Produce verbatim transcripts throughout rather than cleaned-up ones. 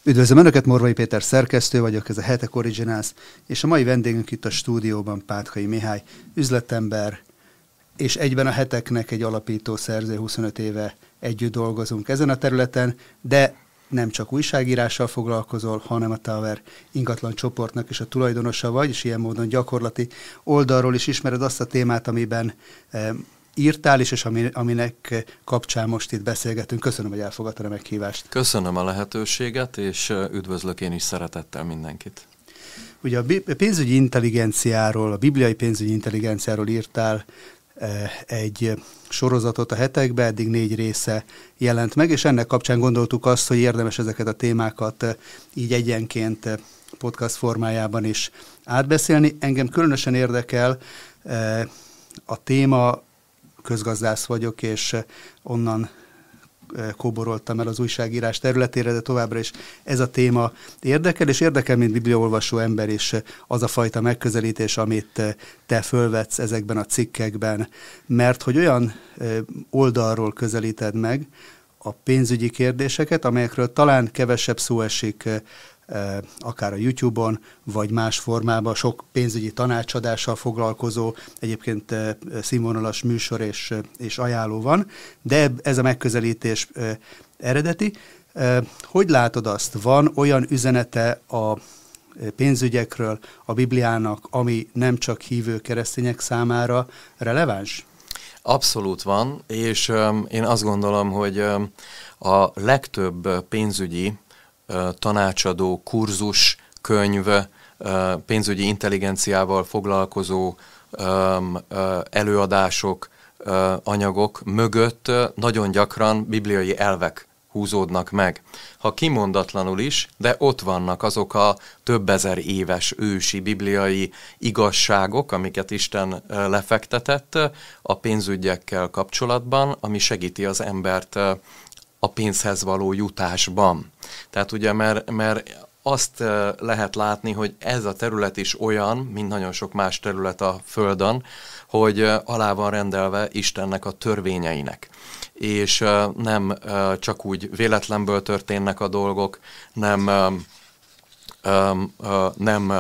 Üdvözlöm Önöket, Morvai Péter szerkesztő vagyok, ez a Hetek Originals, és a mai vendégünk itt a stúdióban Pátkai Mihály, üzletember, és egyben a Heteknek egy alapító szerző, huszonöt éve együtt dolgozunk ezen a területen, de nem csak újságírással foglalkozol, hanem a Tower ingatlan csoportnak is a tulajdonosa vagy, és ilyen módon gyakorlati oldalról is ismered azt a témát, amiben e, írtál is, és ami, aminek kapcsán most itt beszélgetünk. Köszönöm, hogy elfogadtad a meghívást. Köszönöm a lehetőséget, és üdvözlök én is szeretettel mindenkit. Ugye a pénzügyi intelligenciáról, a bibliai pénzügyi intelligenciáról írtál egy sorozatot a Hetekbe, eddig négy része jelent meg, és ennek kapcsán gondoltuk azt, hogy érdemes ezeket a témákat így egyenként podcast formájában is átbeszélni. Engem különösen érdekel a téma, közgazdász vagyok, és onnan kóboroltam el az újságírás területére, de továbbra is ez a téma érdekel, és érdekel, mint bibliaolvasó ember is az a fajta megközelítés, amit te fölvetsz ezekben a cikkekben, mert hogy olyan oldalról közelíted meg a pénzügyi kérdéseket, amelyekről talán kevesebb szó esik akár a YouTube-on, vagy más formában, sok pénzügyi tanácsadással foglalkozó, egyébként színvonalas műsor és, és ajánló van, de ez a megközelítés eredeti. Hogy látod azt, van olyan üzenete a pénzügyekről a Bibliának, ami nem csak hívő keresztények számára releváns? Abszolút van, és én azt gondolom, hogy a legtöbb pénzügyi tanácsadó, kurzus, könyv, pénzügyi intelligenciával foglalkozó előadások, anyagok mögött nagyon gyakran bibliai elvek húzódnak meg. Ha kimondatlanul is, de ott vannak azok a több ezer éves ősi bibliai igazságok, amiket Isten lefektetett a pénzügyekkel kapcsolatban, ami segíti az embert a pénzhez való jutásban. Tehát ugye, mert, mert azt lehet látni, hogy ez a terület is olyan, mint nagyon sok más terület a Földön, hogy alá van rendelve Istennek a törvényeinek. És nem csak úgy véletlenből történnek a dolgok, nem, nem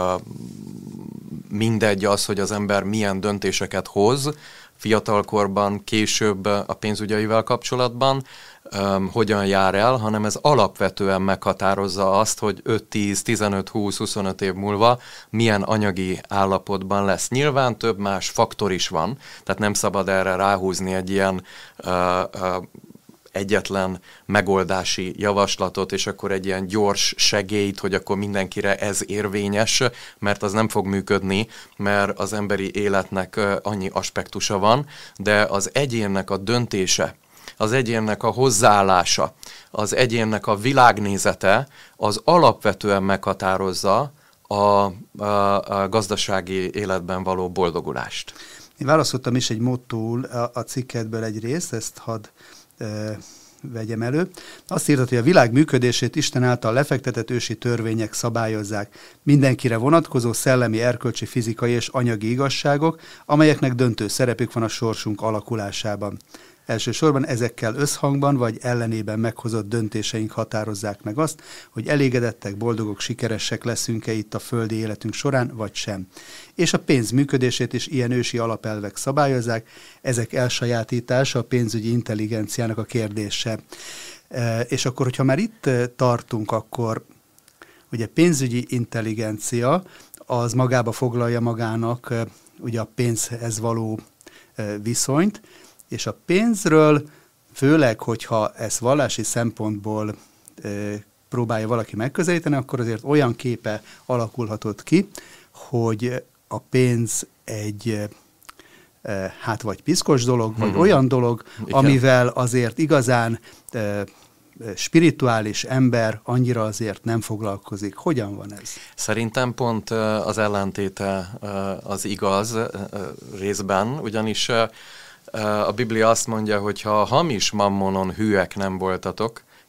mindegy az, hogy az ember milyen döntéseket hoz, fiatalkorban, később a pénzügyeivel kapcsolatban, um, hogyan jár el, hanem ez alapvetően meghatározza azt, hogy öt, tíz, tizenöt, húsz, huszonöt év múlva milyen anyagi állapotban lesz. Nyilván több más faktor is van, tehát nem szabad erre ráhúzni egy ilyen uh, uh, egyetlen megoldási javaslatot, és akkor egy ilyen gyors segélyt, hogy akkor mindenkire ez érvényes, mert az nem fog működni, mert az emberi életnek annyi aspektusa van, de az egyénnek a döntése, az egyénnek a hozzáállása, az egyénnek a világnézete, az alapvetően meghatározza a, a, a gazdasági életben való boldogulást. Én választottam is egy mottóul a, a cikkedből egy részt, ezt hadd vegyem elő. Azt írtad, hogy a világ működését Isten által lefektetett ősi törvények szabályozzák. Mindenkire vonatkozó szellemi, erkölcsi, fizikai és anyagi igazságok, amelyeknek döntő szerepük van a sorsunk alakulásában. Elsősorban ezekkel összhangban vagy ellenében meghozott döntéseink határozzák meg azt, hogy elégedettek, boldogok, sikeresek leszünk-e itt a földi életünk során, vagy sem. És a pénz működését is ilyen ősi alapelvek szabályozzák, ezek elsajátítása a pénzügyi intelligenciának a kérdése. E, és akkor, hogyha már itt tartunk, akkor ugye pénzügyi intelligencia az magába foglalja magának ugye a pénzhez való viszonyt, és a pénzről, főleg, hogyha ezt vallási szempontból e, próbálja valaki megközelíteni, akkor azért olyan képe alakulhatott ki, hogy a pénz egy e, hát vagy piszkos dolog, vagy hmm. olyan dolog, igen, amivel azért igazán e, spirituális ember annyira azért nem foglalkozik. Hogyan van ez? Szerintem pont az ellentéte az igaz részben, ugyanis a Biblia azt mondja, hogy ha hamis mammonon hűek nem voltatok,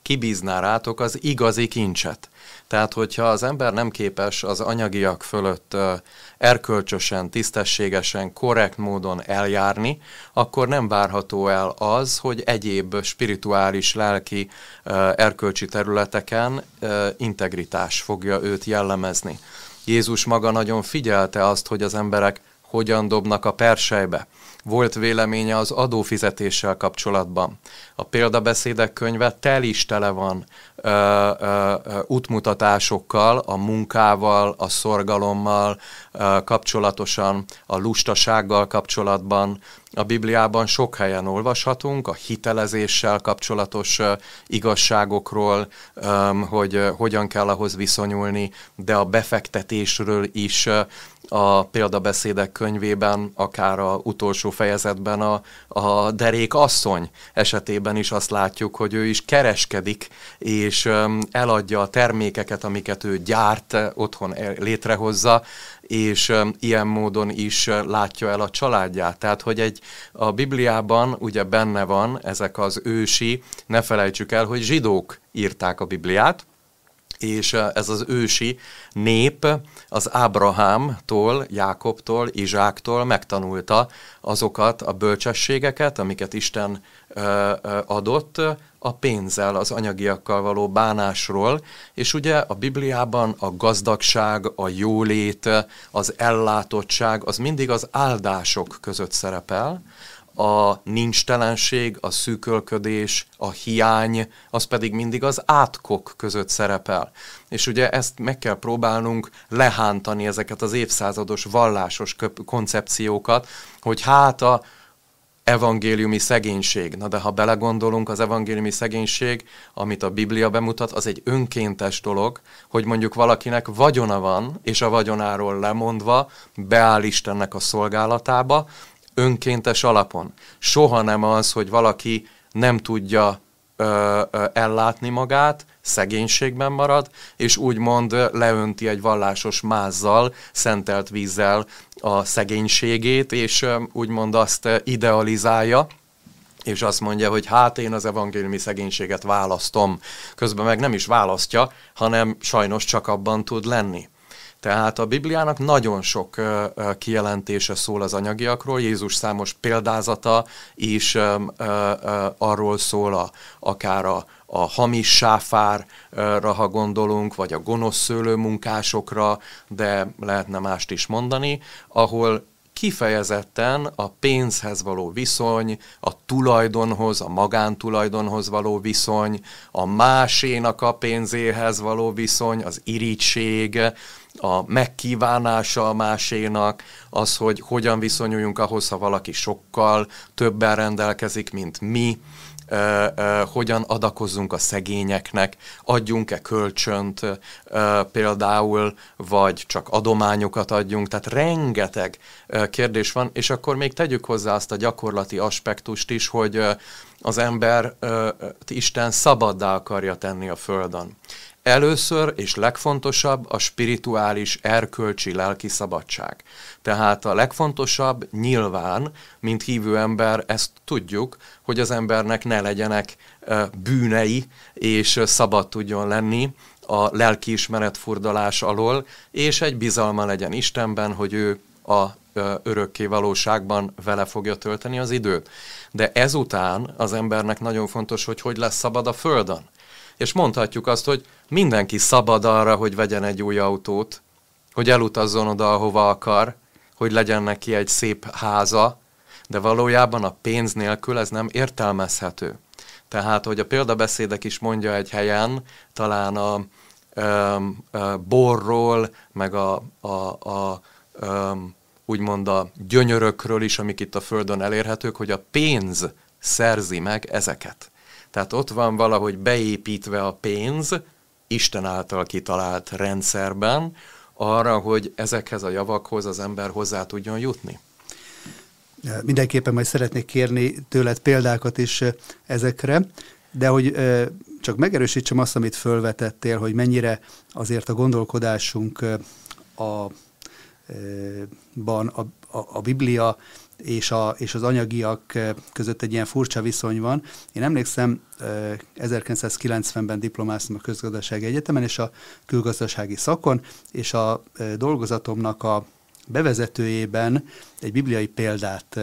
kibízná rátok az igazi kincset. Tehát, hogyha az ember nem képes az anyagiak fölött erkölcsösen, tisztességesen, korrekt módon eljárni, akkor nem várható el az, hogy egyéb spirituális, lelki, erkölcsi területeken integritás fogja őt jellemezni. Jézus maga nagyon figyelte azt, hogy az emberek hogyan dobnak a perselybe. Volt véleménye az adófizetéssel kapcsolatban. A példabeszédek könyve tel is tele van ö, ö, ö, útmutatásokkal, a munkával, a szorgalommal ö, kapcsolatosan, a lustasággal kapcsolatban. A Bibliában sok helyen olvashatunk a hitelezéssel kapcsolatos ö, igazságokról, ö, hogy ö, hogyan kell ahhoz viszonyulni, de a befektetésről is ö, a példabeszédek könyvében, akár a utolsó fejezetben a, a derék asszony esetében is azt látjuk, hogy ő is kereskedik, és eladja a termékeket, amiket ő gyárt, otthon létrehozza, és ilyen módon is látja el a családját. Tehát, hogy egy, a Bibliában ugye benne van ezek az ősi, ne felejtsük el, hogy zsidók írták a Bibliát, és ez az ősi nép az Ábrahámtól, Jákobtól, Izsáktól megtanulta azokat a bölcsességeket, amiket Isten adott a pénzzel, az anyagiakkal való bánásról, és ugye a Bibliában a gazdagság, a jólét, az ellátottság, az mindig az áldások között szerepel, a nincstelenség, a szűkölködés, a hiány, az pedig mindig az átkok között szerepel. És ugye ezt meg kell próbálnunk lehántani, ezeket az évszázados vallásos koncepciókat, hogy hát a evangéliumi szegénység. Na de ha belegondolunk, az evangéliumi szegénység, amit a Biblia bemutat, az egy önkéntes dolog, hogy mondjuk valakinek vagyona van, és a vagyonáról lemondva beáll Istennek a szolgálatába, önkéntes alapon. Soha nem az, hogy valaki nem tudja ö, ö, ellátni magát, szegénységben marad, és úgymond leönti egy vallásos mázzal, szentelt vízzel a szegénységét, és ö, úgymond azt idealizálja, és azt mondja, hogy hát én az evangéliumi szegénységet választom. Közben meg nem is választja, hanem sajnos csak abban tud lenni. Tehát a Bibliának nagyon sok uh, kijelentése szól az anyagiakról, Jézus számos példázata is um, uh, uh, arról szól, a, akár a, a hamis sáfárra, ha gondolunk, vagy a gonosz szőlőmunkásokra, de lehetne mást is mondani, ahol kifejezetten a pénzhez való viszony, a tulajdonhoz, a magántulajdonhoz való viszony, a másénak a pénzéhez való viszony, az irigység, a megkívánása a másénak, az, hogy hogyan viszonyuljunk ahhoz, ha valaki sokkal többen rendelkezik, mint mi, Uh, uh, hogyan adakozzunk a szegényeknek, adjunk-e kölcsönt uh, például, vagy csak adományokat adjunk, tehát rengeteg uh, kérdés van, és akkor még tegyük hozzá azt a gyakorlati aspektust is, hogy uh, az ember uh, Isten szabaddá akarja tenni a földön. Először és legfontosabb a spirituális, erkölcsi, lelki szabadság. Tehát a legfontosabb nyilván, mint hívő ember, ezt tudjuk, hogy az embernek ne legyenek bűnei, és szabad tudjon lenni a lelkiismeret furdalás alól, és egy bizalma legyen Istenben, hogy ő a örökké valóságban vele fogja tölteni az időt. De ezután az embernek nagyon fontos, hogy hogy lesz szabad a földön. És mondhatjuk azt, hogy mindenki szabad arra, hogy vegyen egy új autót, hogy elutazzon oda, ahova akar, hogy legyen neki egy szép háza, de valójában a pénz nélkül ez nem értelmezhető. Tehát, hogy a példabeszédek is mondja egy helyen, talán a, a, a borról, meg a, a, a, a úgymond a gyönyörökről is, amik itt a földön elérhetők, hogy a pénz szerzi meg ezeket. Tehát ott van valahogy beépítve a pénz, Isten által kitalált rendszerben, arra, hogy ezekhez a javakhoz az ember hozzá tudjon jutni. Mindenképpen majd szeretnék kérni tőled példákat is ezekre, de hogy csak megerősítsem azt, amit fölvetettél, hogy mennyire azért a gondolkodásunk a, ban, a, a Biblia és, a, és az anyagiak között egy ilyen furcsa viszony van. Én emlékszem, ezerkilencszázkilencvenben diplomáztam a Közgazdasági Egyetemen és a külgazdasági szakon, és a dolgozatomnak a bevezetőjében egy bibliai példát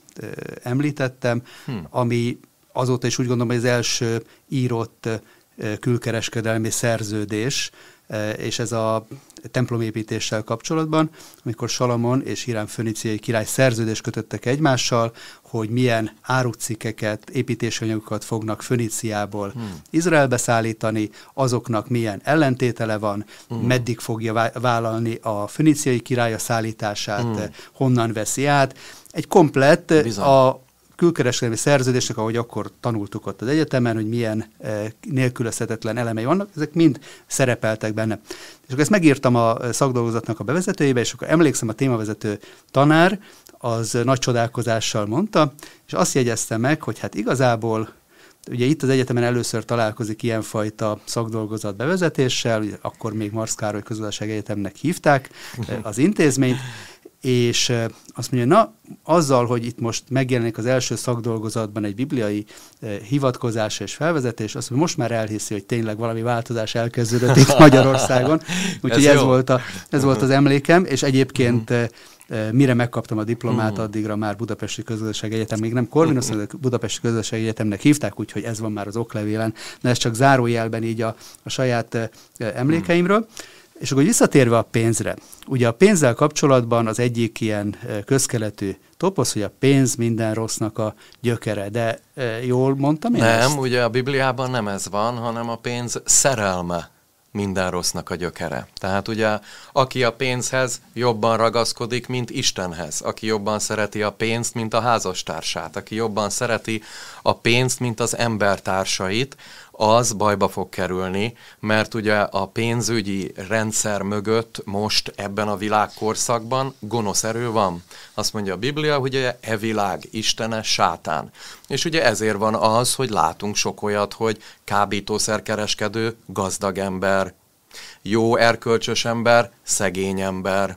említettem, hmm. ami azóta is úgy gondolom, hogy az első írott külkereskedelmi szerződés, és ez a templomépítéssel kapcsolatban, amikor Salamon és Hírám föníciai király szerződést kötöttek egymással, hogy milyen árucikkeket, építési anyagokat fognak Föníciából hmm. Izraelbe szállítani, azoknak milyen ellentétele van, hmm. meddig fogja vállalni a föníciai király a szállítását, hmm. honnan veszi át. Egy komplett Bizony. a külkereskedelmi szerződésnek, ahogy akkor tanultuk ott az egyetemen, hogy milyen e, nélkülözhetetlen elemei vannak, ezek mind szerepeltek benne. És akkor ezt megírtam a szakdolgozatnak a bevezetőjébe, és akkor emlékszem, a témavezető tanár az nagy csodálkozással mondta, és azt jegyezte meg, hogy hát igazából ugye itt az egyetemen először találkozik ilyenfajta szakdolgozat bevezetéssel, ugye akkor még Marx Károly Közgazdasági Egyetemnek hívták az intézményt, és azt mondja, na, azzal, hogy itt most megjelenik az első szakdolgozatban egy bibliai eh, hivatkozás és felvezetés, azt mondja, most már elhiszi, hogy tényleg valami változás elkezdődött itt Magyarországon. Úgyhogy ez, ez, volt a, ez volt az emlékem, és egyébként eh, mire megkaptam a diplomát, addigra már Budapesti Közgazdasági Egyetem, még nem Corvinus, de Budapesti Közgazdasági Egyetemnek hívták, úgyhogy ez van már az oklevélen, de ez csak zárójelben így a, a saját eh, emlékeimről. És akkor visszatérve a pénzre, ugye a pénzzel kapcsolatban az egyik ilyen közkeletű toposz, hogy a pénz minden rossznak a gyökere, de e, jól mondtam én Nem, ezt? ugye a Bibliában nem ez van, hanem a pénz szerelme minden rossznak a gyökere. Tehát ugye, aki a pénzhez jobban ragaszkodik, mint Istenhez, aki jobban szereti a pénzt, mint a házastársát, aki jobban szereti a pénzt, mint az embertársait, az bajba fog kerülni, mert ugye a pénzügyi rendszer mögött most ebben a világkorszakban gonosz erő van. Azt mondja a Biblia, hogy e világ istene sátán. És ugye ezért van az, hogy látunk sok olyat, hogy kábítószerkereskedő gazdag ember, jó erkölcsös ember, szegény ember,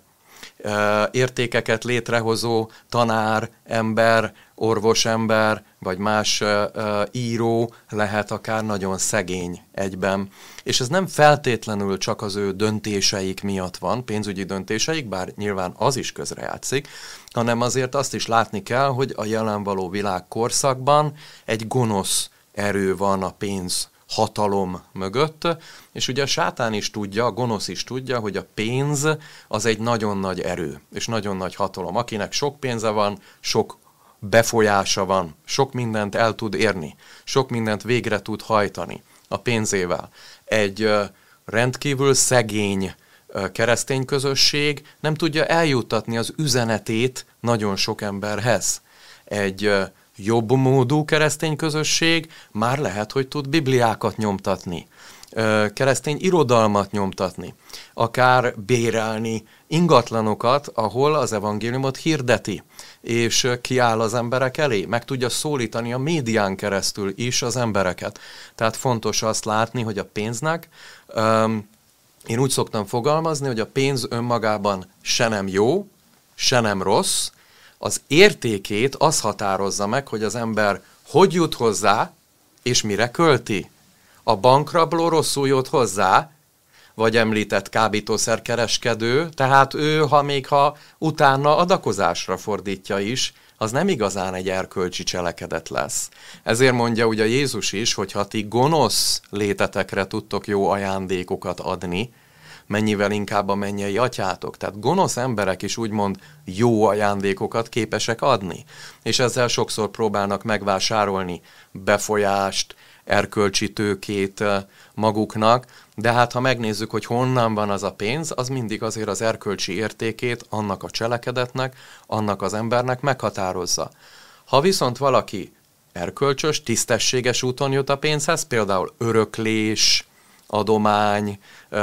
értékeket létrehozó tanár, ember, orvosember, vagy más uh, uh, író lehet akár nagyon szegény egyben. És ez nem feltétlenül csak az ő döntéseik miatt van, pénzügyi döntéseik, bár nyilván az is közrejátszik, hanem azért azt is látni kell, hogy a jelen való világ korszakban egy gonosz erő van a pénz hatalom mögött, és ugye a sátán is tudja, a gonosz is tudja, hogy a pénz az egy nagyon nagy erő, és nagyon nagy hatalom. Akinek sok pénze van, sok befolyása van, sok mindent el tud érni, sok mindent végre tud hajtani a pénzével. Egy uh, rendkívül szegény uh, keresztény közösség nem tudja eljuttatni az üzenetét nagyon sok emberhez. Egy uh, jobb módú keresztény közösség már lehet, hogy tud bibliákat nyomtatni, keresztény irodalmat nyomtatni, akár bérelni ingatlanokat, ahol az evangéliumot hirdeti, és kiáll az emberek elé, meg tudja szólítani a médián keresztül is az embereket. Tehát fontos azt látni, hogy a pénznek, um, én úgy szoktam fogalmazni, hogy a pénz önmagában se nem jó, se nem rossz, az értékét az határozza meg, hogy az ember hogy jut hozzá, és mire költi. A bankrabló rosszul jut hozzá, vagy említett kábítószerkereskedő, tehát ő, ha még ha utána adakozásra fordítja is, az nem igazán egy erkölcsi cselekedet lesz. Ezért mondja ugye Jézus is, hogy ha ti gonosz létetekre tudtok jó ajándékokat adni, mennyivel inkább a mennyei atyátok. Tehát gonosz emberek is úgymond jó ajándékokat képesek adni. És ezzel sokszor próbálnak megvásárolni befolyást, erkölcsi tőkét maguknak, de hát ha megnézzük, hogy honnan van az a pénz, az mindig azért az erkölcsi értékét annak a cselekedetnek, annak az embernek meghatározza. Ha viszont valaki erkölcsös, tisztességes úton jut a pénzhez, például öröklés, adomány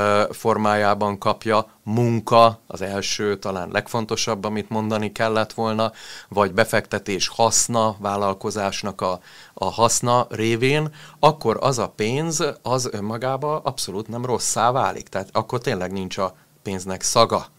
formájában kapja, munka, az első, talán legfontosabb, amit mondani kellett volna, vagy befektetés haszna, vállalkozásnak a, a haszna révén, akkor az a pénz, az önmagában abszolút nem rosszá válik. Tehát akkor tényleg nincs a pénznek szaga.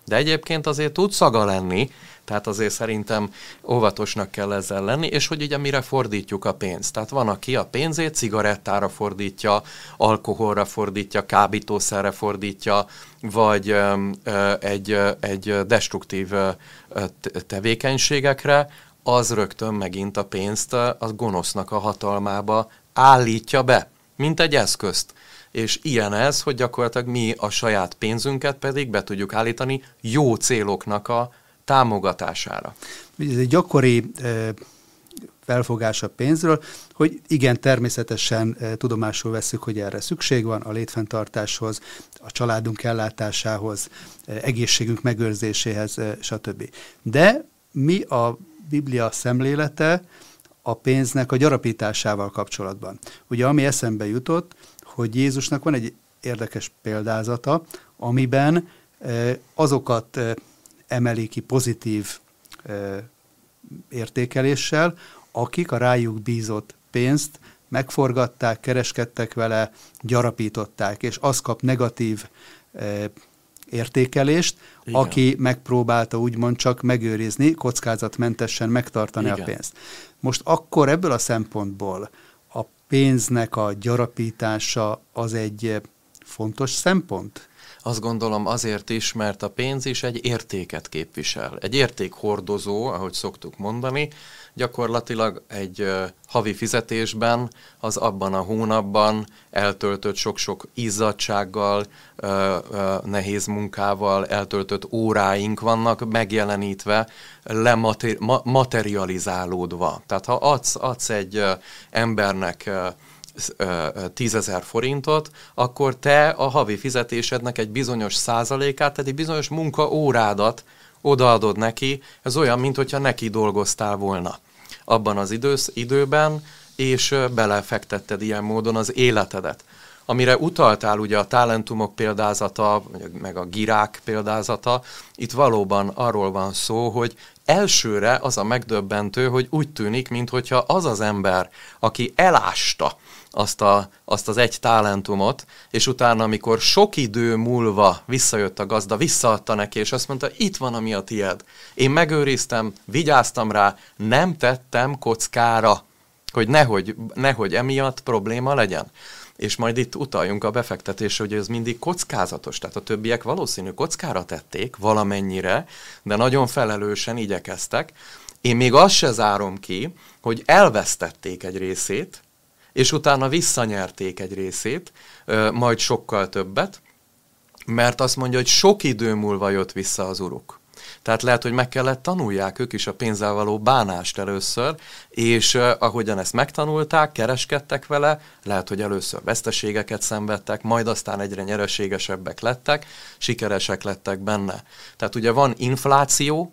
De egyébként azért tud szaga lenni, tehát azért szerintem óvatosnak kell ezzel lenni, és hogy ugye mire fordítjuk a pénzt. Tehát van, aki a pénzét cigarettára fordítja, alkoholra fordítja, kábítószerre fordítja, vagy ö, ö, egy, ö, egy destruktív ö, tevékenységekre, az rögtön megint a pénzt a gonosznak a hatalmába állítja be, mint egy eszközt. És ilyen ez, hogy gyakorlatilag mi a saját pénzünket pedig be tudjuk állítani jó céloknak a támogatására. Ez egy gyakori e, felfogás a pénzről, hogy igen, természetesen e, tudomásul veszük, hogy erre szükség van a létfenntartáshoz, a családunk ellátásához, e, egészségünk megőrzéséhez, e, stb. De mi a Biblia szemlélete a pénznek a gyarapításával kapcsolatban? Ugye ami eszembe jutott, hogy Jézusnak van egy érdekes példázata, amiben e, azokat e, emeli ki pozitív e, értékeléssel, akik a rájuk bízott pénzt megforgatták, kereskedtek vele, gyarapították, és az kap negatív e, értékelést, igen, aki megpróbálta úgymond csak megőrizni, kockázatmentesen megtartani igen. a pénzt. Most akkor ebből a szempontból a pénznek a gyarapítása az egy fontos szempont? Azt gondolom azért is, mert a pénz is egy értéket képvisel. Egy értékhordozó, ahogy szoktuk mondani, gyakorlatilag egy uh, havi fizetésben az abban a hónapban eltöltött sok-sok izzadsággal, uh, uh, nehéz munkával eltöltött óráink vannak megjelenítve, lematerializálódva. Tehát ha adsz, adsz egy uh, embernek uh, tízezer forintot, akkor te a havi fizetésednek egy bizonyos százalékát, tehát egy bizonyos munkaórádat odaadod neki, ez olyan, mintha neki dolgoztál volna abban az idősz, időben, és belefektetted ilyen módon az életedet. Amire utaltál ugye a talentumok példázata, meg a girák példázata, itt valóban arról van szó, hogy elsőre az a megdöbbentő, hogy úgy tűnik, minthogyha az az ember, aki elásta azt, a, azt az egy talentumot, és utána, amikor sok idő múlva visszajött a gazda, visszaadta neki, és azt mondta, itt van, ami a tied. Én megőriztem, vigyáztam rá, nem tettem kockára, hogy nehogy, nehogy emiatt probléma legyen. És majd itt utaljunk a befektetésre, hogy ez mindig kockázatos. Tehát a többiek valószínű kockára tették valamennyire, de nagyon felelősen igyekeztek. Én még azt se zárom ki, hogy elvesztették egy részét, és utána visszanyerték egy részét, majd sokkal többet, mert azt mondja, hogy sok idő múlva jött vissza az uruk. Tehát lehet, hogy meg kellett tanulják ők is a pénzzel való bánást először, és uh, ahogyan ezt megtanulták, kereskedtek vele, lehet, hogy először veszteségeket szenvedtek, majd aztán egyre nyereségesebbek lettek, sikeresek lettek benne. Tehát ugye van infláció,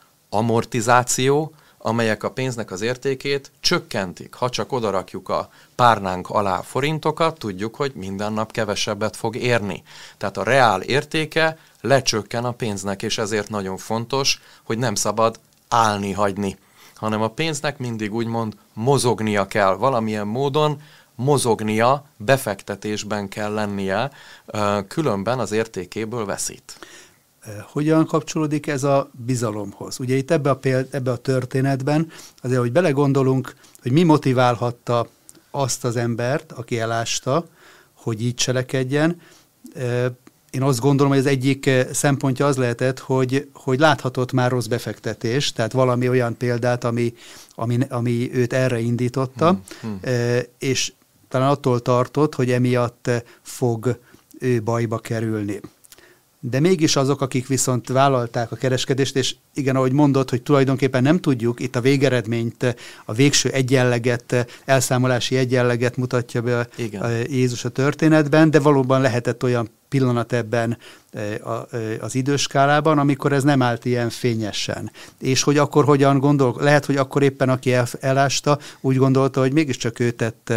amortizáció, amelyek a pénznek az értékét csökkentik. Ha csak odarakjuk a párnánk alá forintokat, tudjuk, hogy minden nap kevesebbet fog érni. Tehát a reál értéke lecsökken a pénznek, és ezért nagyon fontos, hogy nem szabad állni hagyni, hanem a pénznek mindig úgymond mozognia kell, valamilyen módon mozognia, befektetésben kell lennie, különben az értékéből veszít. Hogyan kapcsolódik ez a bizalomhoz? Ugye itt ebbe a, péld, ebbe a történetben azért, hogy belegondolunk, hogy mi motiválhatta azt az embert, aki elásta, hogy így cselekedjen. Én azt gondolom, hogy az egyik szempontja az lehetett, hogy, hogy láthatott már rossz befektetés, tehát valami olyan példát, ami, ami, ami őt erre indította, hmm, hmm. és talán attól tartott, hogy emiatt fog ő bajba kerülni. De mégis azok, akik viszont vállalták a kereskedést, és igen, ahogy mondod, hogy tulajdonképpen nem tudjuk, itt a végeredményt, a végső egyenleget, elszámolási egyenleget mutatja be igen. a Jézus a történetben, de valóban lehetett olyan pillanat ebben az időskálában, amikor ez nem állt ilyen fényesen. És hogy akkor hogyan gondol, lehet, hogy akkor éppen aki elásta, úgy gondolta, hogy mégiscsak ő tett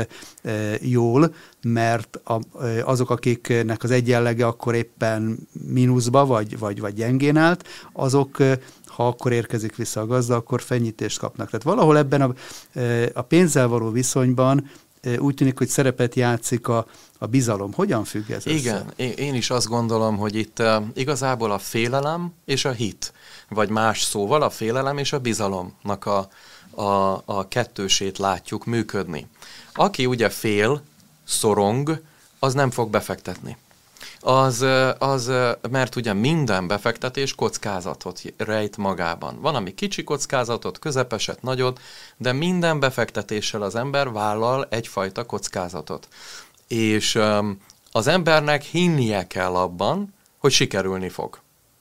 jól, mert azok, akiknek az egyenlege akkor éppen mínuszba, vagy, vagy, vagy gyengén állt, azok, ha akkor érkezik vissza a gazda, akkor fenyítést kapnak. Tehát valahol ebben a, a pénzzel való viszonyban úgy tűnik, hogy szerepet játszik a, a bizalom. Hogyan függ ez össze? Igen, én is azt gondolom, hogy itt uh, igazából a félelem és a hit, vagy más szóval a félelem és a bizalomnak a, a, a kettősét látjuk működni. Aki ugye fél, szorong, az nem fog befektetni. Az, az, mert ugye minden befektetés kockázatot rejt magában. Van, ami kicsi kockázatot, közepeset, nagyot, de minden befektetéssel az ember vállal egyfajta kockázatot. És az embernek hinnie kell abban, hogy sikerülni fog.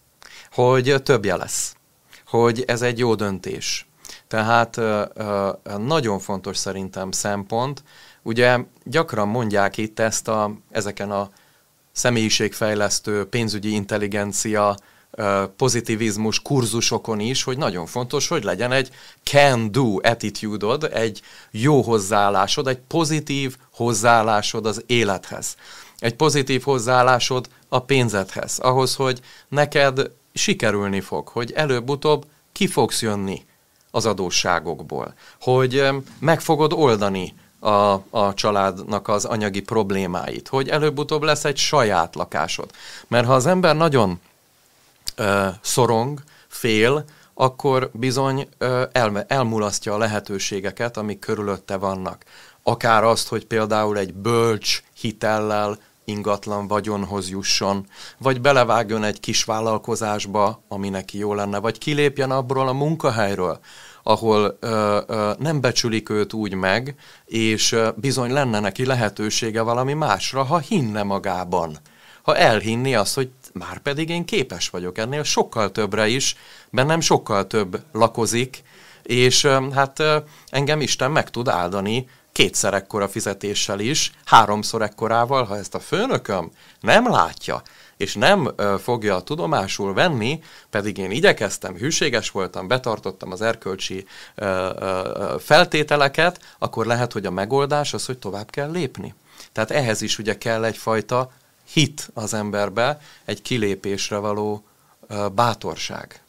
Hogy többje lesz. Hogy ez egy jó döntés. Tehát nagyon fontos szerintem szempont. Ugye gyakran mondják itt ezt a, ezeken a személyiségfejlesztő, pénzügyi intelligencia, pozitivizmus kurzusokon is, hogy nagyon fontos, hogy legyen egy can-do attitude-od, egy jó hozzáállásod, egy pozitív hozzáállásod az élethez. Egy pozitív hozzáállásod a pénzedhez, ahhoz, hogy neked sikerülni fog, hogy előbb-utóbb ki fogsz jönni az adósságokból, hogy meg fogod oldani A, a családnak az anyagi problémáit, hogy előbb-utóbb lesz egy saját lakásod. Mert ha az ember nagyon ö, szorong, fél, akkor bizony ö, el, elmulasztja a lehetőségeket, amik körülötte vannak. Akár azt, hogy például egy bölcs hitellel ingatlan vagyonhoz jusson, vagy belevágjon egy kis vállalkozásba, ami neki jó lenne, vagy kilépjen abból a munkahelyről, ahol ö, ö, nem becsülik őt úgy meg, és ö, bizony lenne neki lehetősége valami másra, ha hinne magában. Ha elhinni azt, hogy már pedig én képes vagyok ennél sokkal többre is, bennem sokkal több lakozik, és ö, hát ö, engem Isten meg tud áldani kétszer ekkora fizetéssel is, háromszor ekkorával, ha ezt a főnököm nem látja, és nem ö, fogja tudomásul venni, pedig én igyekeztem, hűséges voltam, betartottam az erkölcsi ö, ö, feltételeket, akkor lehet, hogy a megoldás az, hogy tovább kell lépni. Tehát ehhez is ugye kell egyfajta hit az emberbe, egy kilépésre való ö, bátorság.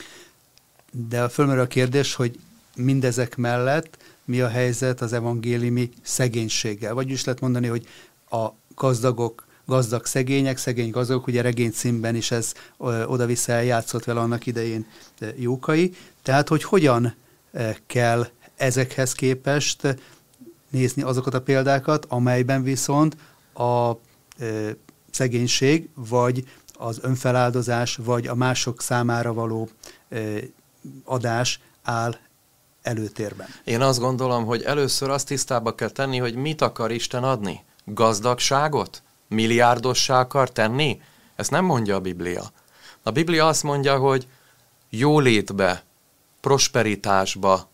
De fölmerül a kérdés, hogy mindezek mellett mi a helyzet az evangéliumi szegénységgel? Vagyis lehet mondani, hogy a gazdagok gazdag szegények, szegény gazdagok, ugye regény címben is ez ö, oda-vissza eljátszott vele annak idején ö, Jókai. Tehát, hogy hogyan ö, kell ezekhez képest nézni azokat a példákat, amelyben viszont a ö, szegénység, vagy az önfeláldozás, vagy a mások számára való ö, adás áll előtérben. Én azt gondolom, hogy először azt tisztába kell tenni, hogy mit akar Isten adni? Gazdagságot? Milliárdossá akar tenni? Ezt nem mondja a Biblia. A Biblia azt mondja, hogy jólétbe, prosperitásba,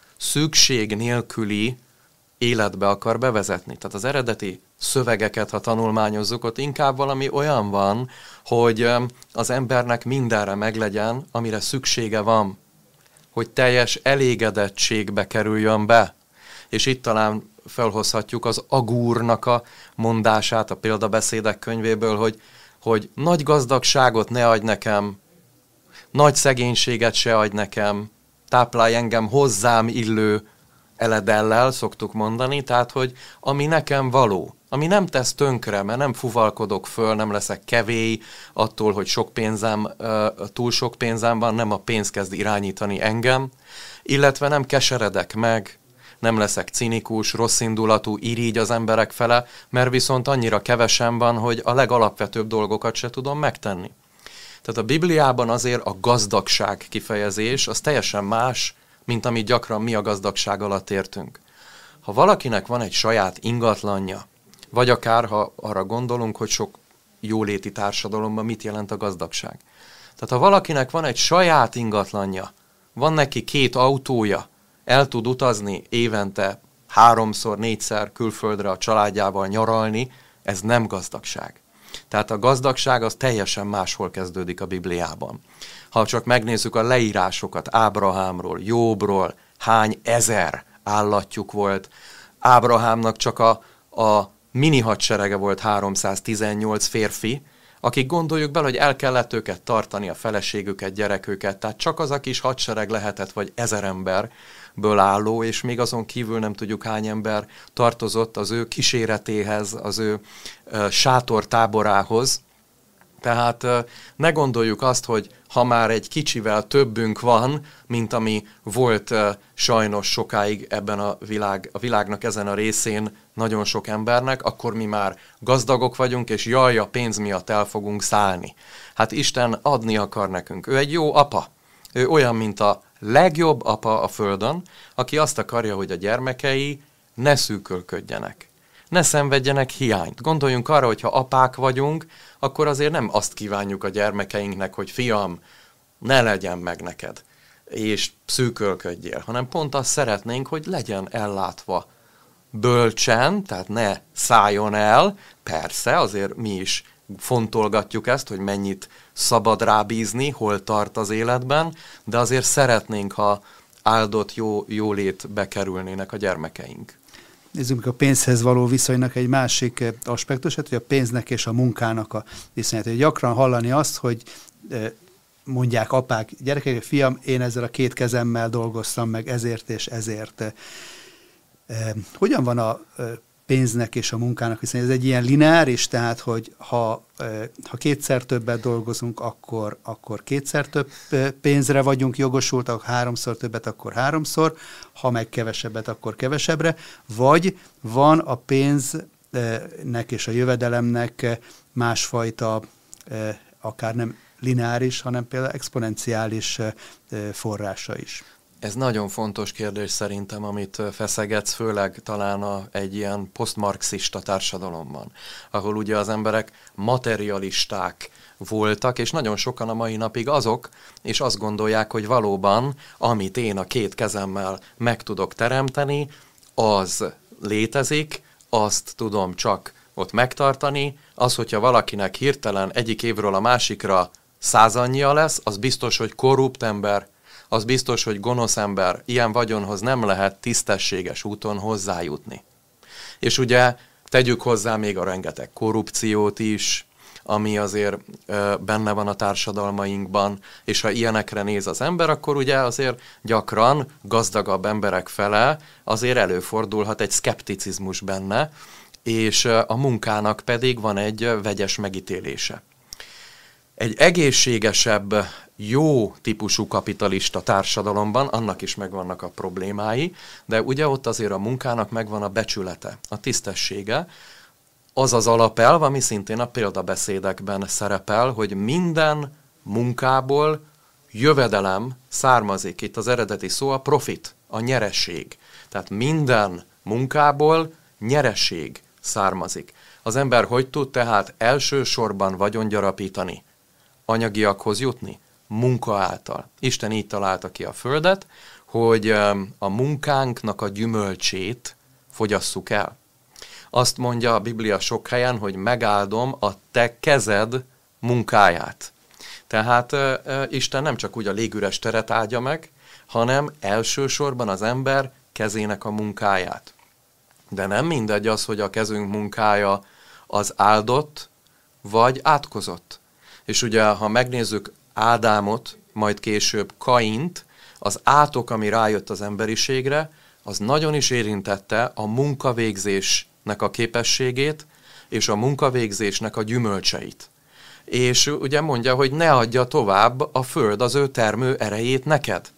szükség nélküli életbe akar bevezetni. Tehát az eredeti szövegeket, ha tanulmányozzuk, ott inkább valami olyan van, hogy az embernek mindenre meglegyen, amire szüksége van. Hogy teljes elégedettségbe kerüljön be. És itt talán felhozhatjuk az Agúrnak a mondását a példabeszédek könyvéből, hogy, hogy nagy gazdagságot ne adj nekem, nagy szegénységet se adj nekem, táplálj engem hozzám illő eledellel, szoktuk mondani, tehát, hogy ami nekem való, ami nem tesz tönkre, mert nem fuvalkodok föl, nem leszek kevély attól, hogy sok pénzem, túl sok pénzem van, nem a pénz kezd irányítani engem, illetve nem keseredek meg, nem leszek cinikus, rosszindulatú, irigy az emberek fele, mert viszont annyira kevesen van, hogy a legalapvetőbb dolgokat se tudom megtenni. Tehát a Bibliában azért a gazdagság kifejezés az teljesen más, mint amit gyakran mi a gazdagság alatt értünk. Ha valakinek van egy saját ingatlanja, vagy akár, ha arra gondolunk, hogy sok jóléti társadalomban mit jelent a gazdagság. Tehát ha valakinek van egy saját ingatlanja, van neki két autója, el tud utazni évente háromszor, négyszer külföldre a családjával nyaralni, ez nem gazdagság. Tehát a gazdagság az teljesen máshol kezdődik a Bibliában. Ha csak megnézzük a leírásokat Ábrahámról, Jóbról, hány ezer állatjuk volt. Ábrahámnak csak a, a mini hadserege volt háromszáztizennyolc férfi, akik gondoljuk bele, hogy el kellett őket tartani, a feleségüket, gyereküket, tehát csak az a kis hadsereg lehetett, vagy ezer emberből álló, és még azon kívül nem tudjuk hány ember tartozott az ő kíséretéhez, az ő uh, sátortáborához. Tehát uh, ne gondoljuk azt, hogy ha már egy kicsivel többünk van, mint ami volt uh, sajnos sokáig ebben a, világ, a világnak ezen a részén nagyon sok embernek, akkor mi már gazdagok vagyunk, és jaj, a pénz miatt el fogunk szállni. Hát Isten adni akar nekünk. Ő egy jó apa. Ő olyan, mint a legjobb apa a földön, aki azt akarja, hogy a gyermekei ne szűkölködjenek. Ne szenvedjenek hiányt. Gondoljunk arra, hogy ha apák vagyunk, akkor azért nem azt kívánjuk a gyermekeinknek, hogy fiam, ne legyen meg neked, és szűkölködjél, hanem pont azt szeretnénk, hogy legyen ellátva bölcsen, tehát ne szálljon el, persze, azért mi is fontolgatjuk ezt, hogy mennyit szabad rábízni, hol tart az életben, de azért szeretnénk, ha áldott jó, jólétbe kerülnének a gyermekeink. Nézzük a pénzhez való viszonynak egy másik aspektusát, hogy a pénznek és a munkának a viszonyát. Hogy gyakran hallani azt, hogy mondják apák, gyerekek, fiam, én ezzel a két kezemmel dolgoztam meg ezért és ezért. Hogyan van a pénznek és a munkának viszont ez egy ilyen lineáris, tehát, hogy ha, ha kétszer többet dolgozunk, akkor, akkor kétszer több pénzre vagyunk jogosultak, háromszor többet, akkor háromszor, ha meg kevesebbet, akkor kevesebbre, vagy van a pénznek és a jövedelemnek másfajta, akár nem lineáris, hanem például exponenciális forrása is. Ez nagyon fontos kérdés szerintem, amit feszegetsz, főleg talán a, egy ilyen posztmarxista társadalomban, ahol ugye az emberek materialisták voltak, és nagyon sokan a mai napig azok, és azt gondolják, hogy valóban, amit én a két kezemmel meg tudok teremteni, az létezik, azt tudom csak ott megtartani, az, hogyha valakinek hirtelen egyik évről a másikra százannyi lesz, az biztos, hogy korrupt ember, az biztos, hogy gonosz ember, ilyen vagyonhoz nem lehet tisztességes úton hozzájutni. És ugye tegyük hozzá még a rengeteg korrupciót is, ami azért ö, benne van a társadalmainkban, és ha ilyenekre néz az ember, akkor ugye azért gyakran gazdagabb emberek fele azért előfordulhat egy szkepticizmus benne, és ö, a munkának pedig van egy ö, vegyes megítélése. Egy egészségesebb, jó típusú kapitalista társadalomban, annak is megvannak a problémái, de ugye ott azért a munkának megvan a becsülete, a tisztessége, az az alapelv, ami szintén a példabeszédekben szerepel, hogy minden munkából jövedelem származik. Itt az eredeti szó a profit, a nyeresség. Tehát minden munkából nyeresség származik. Az ember hogy tud tehát elsősorban vagyongyarapítani, anyagiakhoz jutni? Munka által. Isten így találta ki a földet, hogy a munkánknak a gyümölcsét fogyasszuk el. Azt mondja a Biblia sok helyen, hogy megáldom a te kezed munkáját. Tehát e, e, Isten nem csak úgy a légüres teret áldja meg, hanem elsősorban az ember kezének a munkáját. De nem mindegy az, hogy a kezünk munkája az áldott, vagy átkozott. És ugye, ha megnézzük Ádámot, majd később Kaint, az átok, ami rájött az emberiségre, az nagyon is érintette a munkavégzésnek a képességét, és a munkavégzésnek a gyümölcseit. És ugye mondja, hogy ne adja tovább a föld az ő termő erejét neked.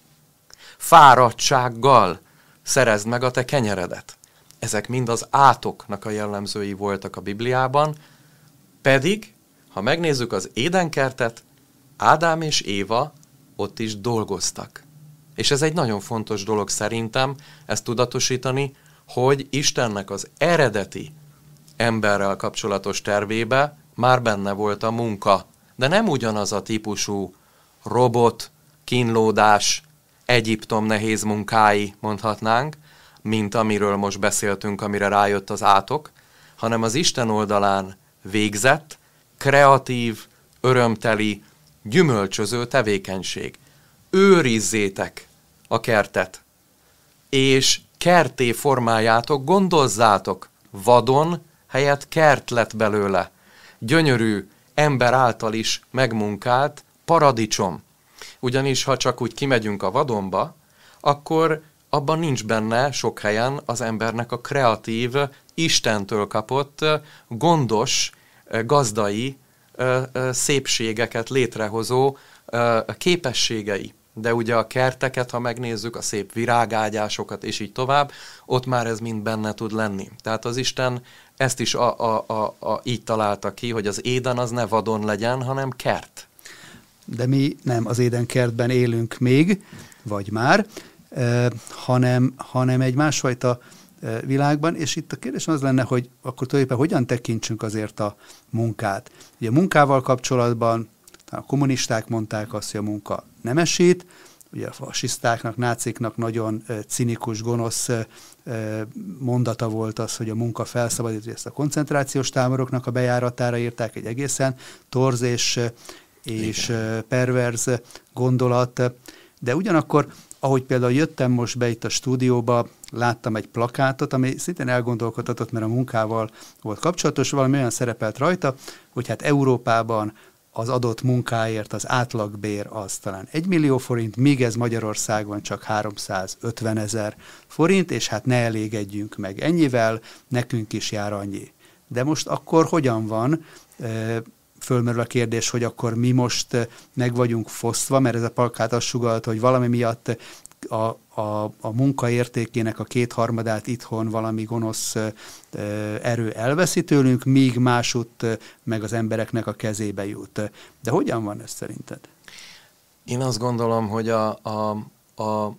Fáradtsággal szerezd meg a te kenyeredet. Ezek mind az átoknak a jellemzői voltak a Bibliában, pedig, ha megnézzük az Édenkertet, Ádám és Éva ott is dolgoztak. És ez egy nagyon fontos dolog szerintem, ezt tudatosítani, hogy Istennek az eredeti emberrel kapcsolatos tervébe már benne volt a munka. De nem ugyanaz a típusú robot, kínlódás, Egyiptom nehéz munkái, mondhatnánk, mint amiről most beszéltünk, amire rájött az átok, hanem az Isten oldalán végzett, kreatív, örömteli, gyümölcsöző tevékenység. Őrizzétek a kertet, és kerté formájátok, gondozzátok, vadon helyett kert lett belőle. Gyönyörű, ember által is megmunkált paradicsom. Ugyanis, ha csak úgy kimegyünk a vadonba, akkor abban nincs benne sok helyen az embernek a kreatív, Istentől kapott, gondos, gazdai szépségeket létrehozó képességei. De ugye a kerteket, ha megnézzük, a szép virágágyásokat, és így tovább, ott már ez mind benne tud lenni. Tehát az Isten ezt is a, a, a, a, így találta ki, hogy az Éden az ne vadon legyen, hanem kert. De mi nem az Éden kertben élünk még, vagy már, eh, hanem, hanem egy másfajta eh, világban, és itt a kérdés az lenne, hogy akkor tulajdonképpen hogyan tekintsünk azért a munkát. Ugye a munkával kapcsolatban a kommunisták mondták azt, hogy a munka nemesít, ugye a fasisztáknak, náciknak nagyon eh, cinikus, gonosz eh, mondata volt az, hogy a munka felszabadít, ezt a koncentrációs táboroknak a bejáratára írták, egy egészen torz és és Igen. perverz gondolat, de ugyanakkor, ahogy például jöttem most be itt a stúdióba, láttam egy plakátot, ami szintén elgondolkodtatott, mert a munkával volt kapcsolatos, valami olyan szerepelt rajta, hogy hát Európában az adott munkáért az átlagbér az talán egy millió forint, míg ez Magyarországon csak háromszázötvenezer forint, és hát ne elégedjünk meg ennyivel, nekünk is jár annyi. De most akkor hogyan van? Fölmerül a kérdés, hogy akkor mi most meg vagyunk fosztva, mert ez a plakát azt sugallta, hogy valami miatt a, a, a munka értékének a kétharmadát itthon valami gonosz erő elveszi tőlünk, míg másutt meg az embereknek a kezébe jut. De hogyan van ez szerinted? Én azt gondolom, hogy a, a, a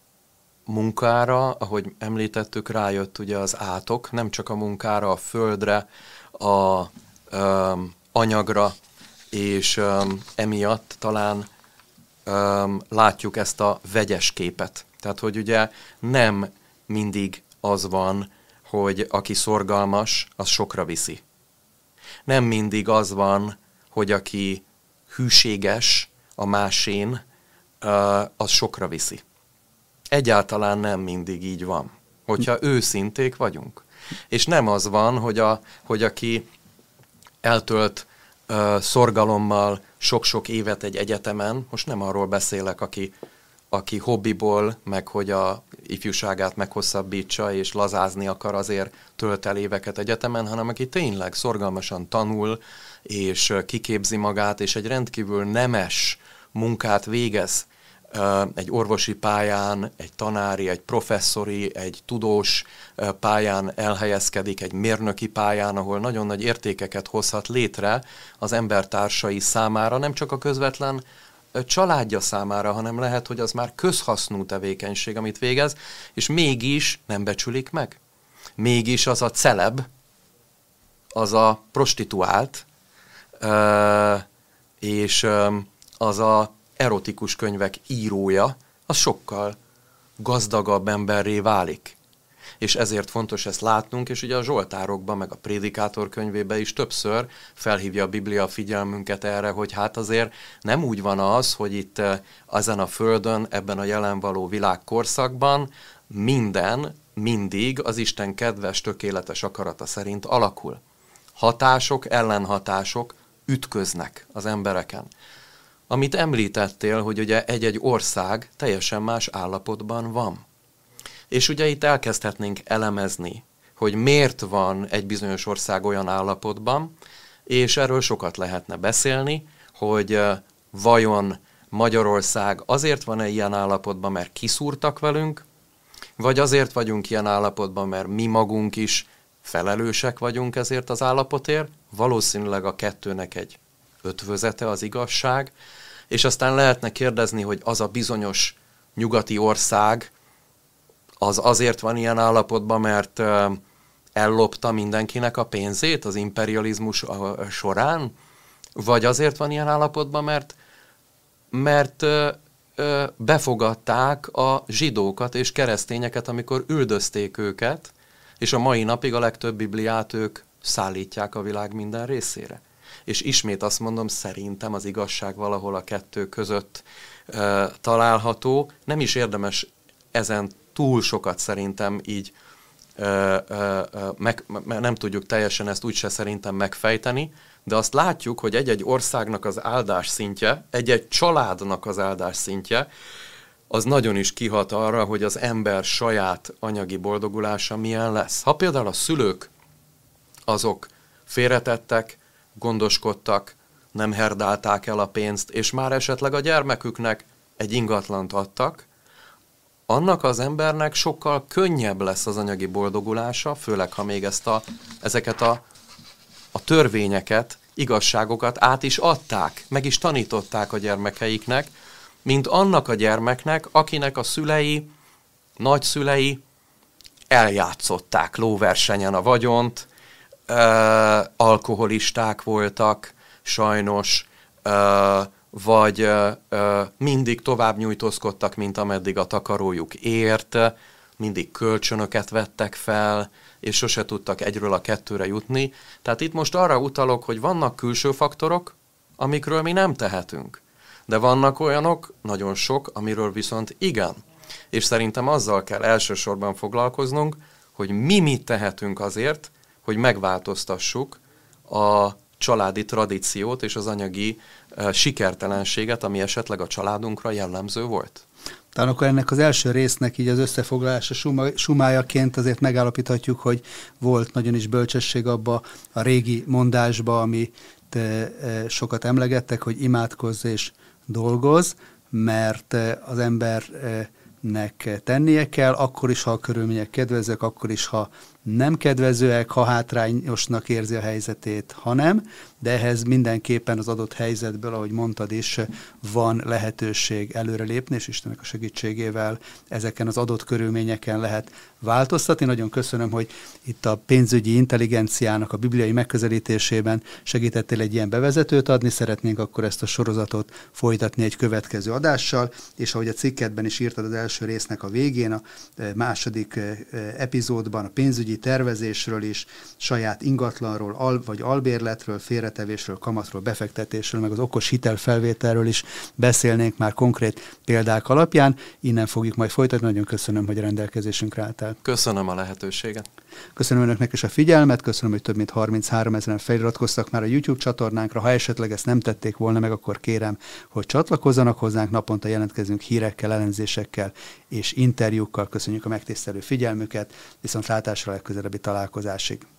munkára, ahogy említettük, rájött ugye az átok, nem csak a munkára, a földre, a, a anyagra, és um, emiatt talán um, látjuk ezt a vegyes képet. Tehát, hogy ugye nem mindig az van, hogy aki szorgalmas, az sokra viszi. Nem mindig az van, hogy aki hűséges a másén, uh, az sokra viszi. Egyáltalán nem mindig így van, hogyha őszinték vagyunk. És nem az van, hogy, a, hogy aki eltölt uh, szorgalommal sok-sok évet egy egyetemen, most nem arról beszélek, aki, aki hobbiból, meg hogy a ifjúságát meghosszabbítsa, és lazázni akar, azért tölt el éveket egyetemen, hanem aki tényleg szorgalmasan tanul, és uh, kiképzi magát, és egy rendkívül nemes munkát végez, egy orvosi pályán, egy tanári, egy professzori, egy tudós pályán elhelyezkedik, egy mérnöki pályán, ahol nagyon nagy értékeket hozhat létre az embertársai számára, nem csak a közvetlen családja számára, hanem lehet, hogy az már közhasznú tevékenység, amit végez, és mégis nem becsülik meg. Mégis az a celeb, az a prostituált, és az a erotikus könyvek írója, az sokkal gazdagabb emberré válik. És ezért fontos ezt látnunk, és ugye a Zsoltárokban, meg a Prédikátor könyvében is többször felhívja a Biblia a figyelmünket erre, hogy hát azért nem úgy van az, hogy itt ezen a földön, ebben a jelen való világkorszakban minden, mindig az Isten kedves, tökéletes akarata szerint alakul. Hatások, ellenhatások ütköznek az embereken. Amit említettél, hogy ugye egy-egy ország teljesen más állapotban van. És ugye itt elkezdhetnénk elemezni, hogy miért van egy bizonyos ország olyan állapotban, és erről sokat lehetne beszélni, hogy vajon Magyarország azért van-e ilyen állapotban, mert kiszúrtak velünk, vagy azért vagyunk ilyen állapotban, mert mi magunk is felelősek vagyunk ezért az állapotért. Valószínűleg a kettőnek egy ötvözete az igazság, és aztán lehetne kérdezni, hogy az a bizonyos nyugati ország az azért van ilyen állapotban, mert ellopta mindenkinek a pénzét az imperializmus során, vagy azért van ilyen állapotban, mert, mert befogadták a zsidókat és keresztényeket, amikor üldözték őket, és a mai napig a legtöbb Bibliát ők szállítják a világ minden részére. És ismét azt mondom, szerintem az igazság valahol a kettő között e, található. Nem is érdemes ezen túl sokat szerintem így meg, nem tudjuk teljesen ezt úgyse szerintem megfejteni, de azt látjuk, hogy egy-egy országnak az áldás szintje, egy-egy családnak az áldás szintje, az nagyon is kihat arra, hogy az ember saját anyagi boldogulása milyen lesz. Ha például a szülők azok félretettek, gondoskodtak, nem herdálták el a pénzt, és már esetleg a gyermeküknek egy ingatlant adtak, annak az embernek sokkal könnyebb lesz az anyagi boldogulása, főleg ha még ezt a, ezeket a, a törvényeket, igazságokat át is adták, meg is tanították a gyermekeiknek, mint annak a gyermeknek, akinek a szülei, nagyszülei eljátszották lóversenyen a vagyont, ö, alkoholisták voltak, sajnos, ö, vagy ö, ö, mindig tovább nyújtózkodtak, mint ameddig a takarójuk ért, mindig kölcsönöket vettek fel, és sose tudtak egyről a kettőre jutni. Tehát itt most arra utalok, hogy vannak külső faktorok, amikről mi nem tehetünk. De vannak olyanok, nagyon sok, amiről viszont igen. És szerintem azzal kell elsősorban foglalkoznunk, hogy mi mit tehetünk azért, hogy megváltoztassuk a családi tradíciót és az anyagi uh, sikertelenséget, ami esetleg a családunkra jellemző volt. Talán akkor ennek az első résznek így az összefoglalása suma, sumájaként azért megállapíthatjuk, hogy volt nagyon is bölcsesség abba a régi mondásba, ami te, e, sokat emlegettek, hogy imádkozz és dolgozz, mert az embernek tennie kell, akkor is, ha a körülmények kedvezőek, akkor is, ha nem kedvezőek, ha hátrányosnak érzi a helyzetét, ha nem, de ehhez mindenképpen az adott helyzetből, ahogy mondtad is, van lehetőség előrelépni, és Istennek a segítségével ezeken az adott körülményeken lehet változtatni. Nagyon köszönöm, hogy itt a pénzügyi intelligenciának a bibliai megközelítésében segítettél egy ilyen bevezetőt adni. Szeretnénk akkor ezt a sorozatot folytatni egy következő adással, és ahogy a cikketben is írtad az első résznek a végén, a második epizódban a pénzügyi tervezésről is, saját ingatlanról, al, vagy albérletről, félretevésről, kamatról, befektetésről, meg az okos hitelfelvételről is beszélnénk már konkrét példák alapján. Innen fogjuk majd folytatni. Nagyon köszönöm, hogy a rendelkezésünkre álltál. Köszönöm a lehetőséget. Köszönöm önöknek is a figyelmet, köszönöm, hogy több mint harminchárom ezeren feliratkoztak már a YouTube csatornánkra. Ha esetleg ezt nem tették volna meg, akkor kérem, hogy csatlakozzanak hozzánk. Naponta jelentkezünk hírekkel, elemzésekkel és interjúkkal. Köszönjük a megtisztelő figyelmüket, viszont látásra legközelebbi találkozásig.